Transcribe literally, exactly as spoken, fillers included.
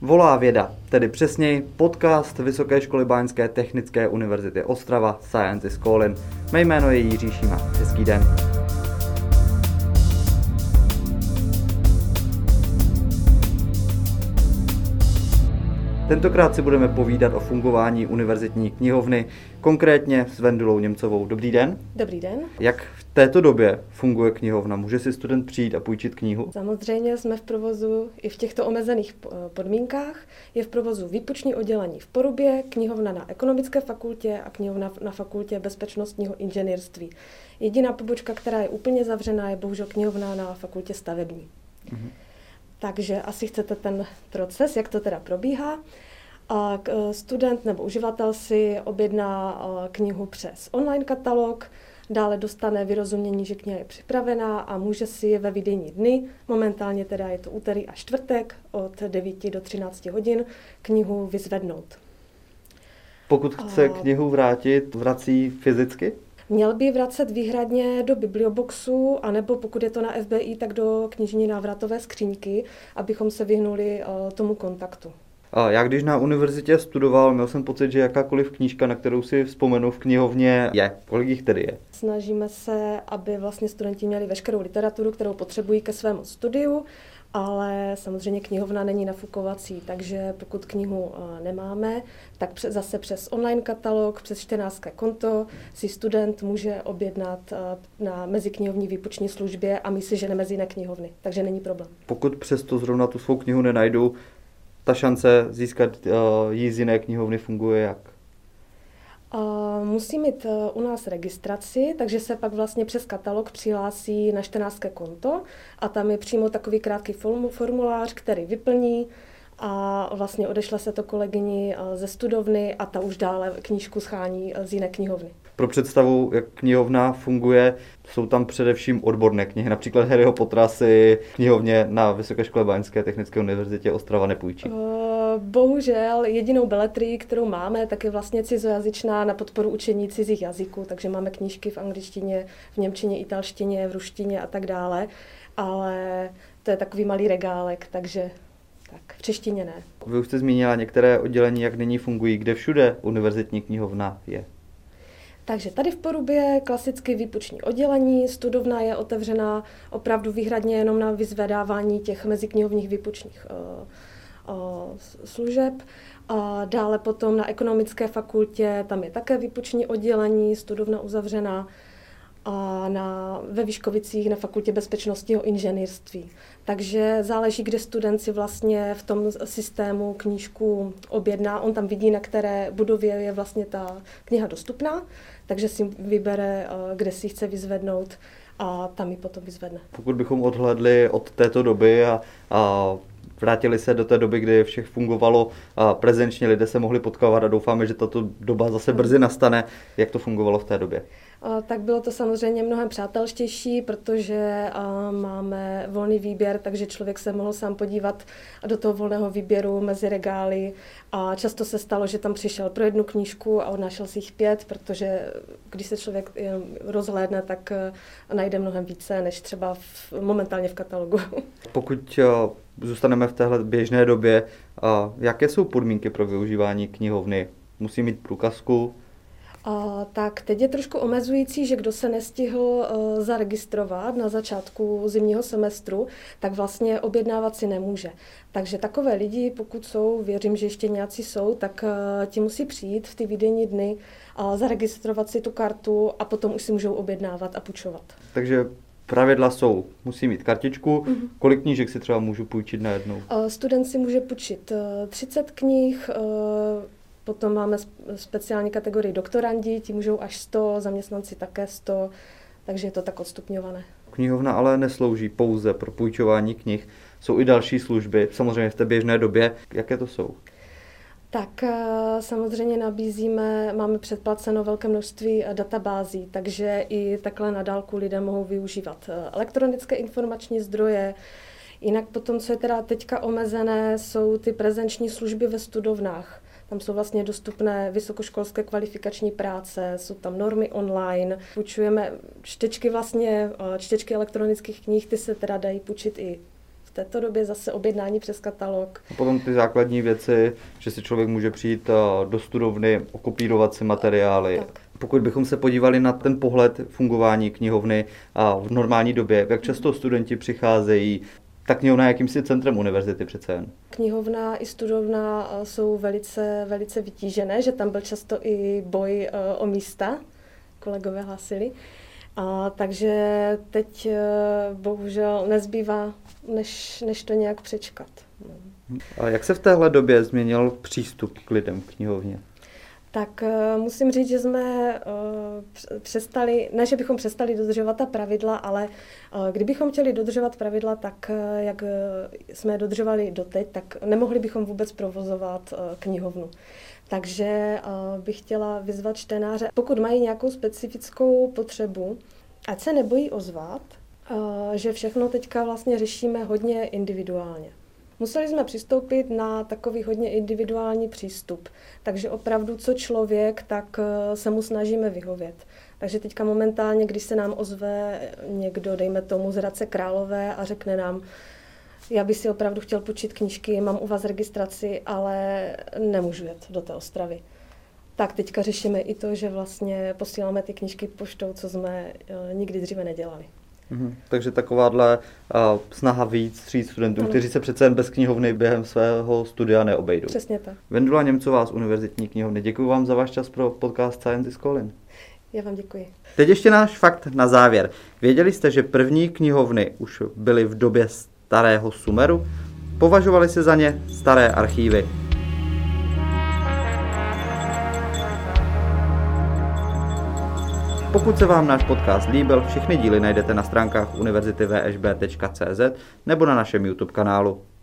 Volá věda, tedy přesněji podcast Vysoké školy báňské technické univerzity Ostrava Science is Calling. Mé jméno je Jiří Šíma. Hezký den. Tentokrát si budeme povídat o fungování univerzitní knihovny, konkrétně s Vendulou Němcovou. Dobrý den. Dobrý den. Jak v této době funguje knihovna? Může si student přijít a půjčit knihu? Samozřejmě jsme v provozu i v těchto omezených podmínkách. Je v provozu výpuční oddělení v Porubě, knihovna na ekonomické fakultě a knihovna na fakultě bezpečnostního inženýrství. Jediná pobočka, která je úplně zavřená, je bohužel knihovna na fakultě stavební. Mhm. Takže asi chcete ten proces, jak to teda probíhá. A student nebo uživatel si objedná knihu přes online katalog, dále dostane vyrozumění, že kniha je připravená a může si ve výdejní dny, momentálně teda je to úterý a čtvrtek od devíti do třinácti hodin, knihu vyzvednout. Pokud chce a... knihu vrátit, vrací fyzicky? Měl by vracet výhradně do biblioboxu, anebo pokud je to na F B I, tak do knižní návratové skříňky, abychom se vyhnuli uh, tomu kontaktu. A já když na univerzitě studoval, měl jsem pocit, že jakákoliv knížka, na kterou si vzpomenu v knihovně, je. Kolik jich tedy je? Snažíme se, aby vlastně studenti měli veškerou literaturu, kterou potřebují ke svému studiu, ale samozřejmě knihovna není nafukovací, takže pokud knihu nemáme, tak zase přes online katalog, přes čtenářské konto si student může objednat na meziknihovní výpuční službě a my si ženeme z jiné knihovny, takže není problém. Pokud přesto zrovna tu svou knihu nenajdu, ta šance získat uh, jí z jiné knihovny funguje jak? Uh, musí mít uh, u nás registraci, takže se pak vlastně přes katalog přihlásí na čtenářské konto a tam je přímo takový krátký formulář, který vyplní a vlastně odešle se to kolegyni uh, ze studovny a ta už dále knížku schání uh, z jiné knihovny. Pro představu, jak knihovna funguje, jsou tam především odborné knihy. Například Harryho Pottera si knihovně na Vysoké škole báňské technické univerzitě Ostrava nepůjčí. Uh, bohužel jedinou beletrii, kterou máme, tak je vlastně cizojazyčná na podporu učení cizích jazyků, takže máme knížky v angličtině, v němčině, italštině, v ruštině a tak dále, ale to je takový malý regálek, takže tak v češtině ne. Vy už jste zmínila některé oddělení, jak nyní fungují, kde všude univerzitní knihovna je. Takže tady v Porubě klasicky výpuční oddělení, studovna je otevřená opravdu výhradně jenom na vyzvedávání těch meziknihovních výpučních uh, uh, služeb. A dále potom na ekonomické fakultě, tam je také výpuční oddělení, studovna uzavřená. A na, ve Vyškovicích na fakultě bezpečnostního inženýrství. Takže záleží, kde student si vlastně v tom systému knížku objedná. On tam vidí, na které budově je vlastně ta kniha dostupná, takže si vybere, kde si chce vyzvednout a tam ji potom vyzvedne. Pokud bychom odhlédli od této doby a, a vrátili se do té doby, kdy všech fungovalo a prezenčně, lidé se mohli potkávat a doufáme, že tato doba zase brzy nastane. Jak to fungovalo v té době? Tak bylo to samozřejmě mnohem přátelštější, protože máme volný výběr, takže člověk se mohl sám podívat do toho volného výběru mezi regály a často se stalo, že tam přišel pro jednu knížku a odnášel si jich pět, protože když se člověk rozhlédne, tak najde mnohem více, než třeba v, momentálně v katalogu. Pokud zůstaneme v téhle běžné době, jaké jsou podmínky pro využívání knihovny? Musí mít průkazku? A, tak teď je trošku omezující, že kdo se nestihl uh, zaregistrovat na začátku zimního semestru, tak vlastně objednávat si nemůže. Takže takové lidi, pokud jsou, věřím, že ještě nějací jsou, tak uh, ti musí přijít v ty výdejní dny a zaregistrovat si tu kartu a potom už si můžou objednávat a půjčovat. Takže pravidla jsou, musí mít kartičku. Mm-hmm. Kolik knížek si třeba můžu půjčit najednou? Uh, student si může půjčit uh, třicet knih, uh, potom máme speciální kategorii doktorandi, ti můžou až sto, zaměstnanci také sto, takže je to tak odstupňované. Knihovna ale neslouží pouze pro půjčování knih, jsou i další služby, samozřejmě v té běžné době. Jaké to jsou? Tak samozřejmě nabízíme, máme předplaceno velké množství databází, takže i takhle na dálku lidé mohou využívat elektronické informační zdroje. Jinak potom, co je teda teďka omezené, jsou ty prezenční služby ve studovnách. Tam jsou vlastně dostupné vysokoškolské kvalifikační práce, jsou tam normy online, půjčujeme čtečky vlastně, čtečky elektronických knih, ty se teda dají půjčit i v této době zase objednání přes katalog. A potom ty základní věci, že si člověk může přijít do studovny, okopírovat si materiály. Tak. Pokud bychom se podívali na ten pohled fungování knihovny a v normální době, jak často studenti přicházejí, tak knihovna je jakýmsi centrem univerzity přece jen. Knihovna i studovna jsou velice, velice vytížené, že tam byl často i boj o místa, kolegové hlásili. A, takže teď bohužel nezbývá, než, než to nějak přečkat. A jak se v téhle době změnil přístup k lidem v knihovně? Tak musím říct, že jsme přestali, ne, že bychom přestali dodržovat ta pravidla, ale kdybychom chtěli dodržovat pravidla tak, jak jsme je dodržovali doteď, tak nemohli bychom vůbec provozovat knihovnu. Takže bych chtěla vyzvat čtenáře, pokud mají nějakou specifickou potřebu, ať se nebojí ozvat, že všechno teďka vlastně řešíme hodně individuálně. Museli jsme přistoupit na takový hodně individuální přístup, takže opravdu co člověk, tak se mu snažíme vyhovět. Takže teďka momentálně, když se nám ozve někdo, dejme tomu z Hradce Králové a řekne nám, já bych si opravdu chtěl půjčit knížky, mám u vás registraci, ale nemůžu jet do té Ostravy. Tak teďka řešíme i to, že vlastně posíláme ty knížky poštou, co jsme nikdy dříve nedělali. Mhm. Takže takováhle uh, snaha víc stříc studentům, ano. kteří se přece jen bez knihovny během svého studia neobejdou. Přesně tak. Vendula Němcová z Univerzitní knihovny, děkuji vám za váš čas pro podcast Science is Calling. Já vám děkuji. Teď ještě náš fakt na závěr. Věděli jste, že první knihovny už byly v době starého Sumeru? Považovali se za ně staré archívy. Pokud se vám náš podcast líbil, všechny díly najdete na stránkách univerzity v š b tečka c z nebo na našem YouTube kanálu.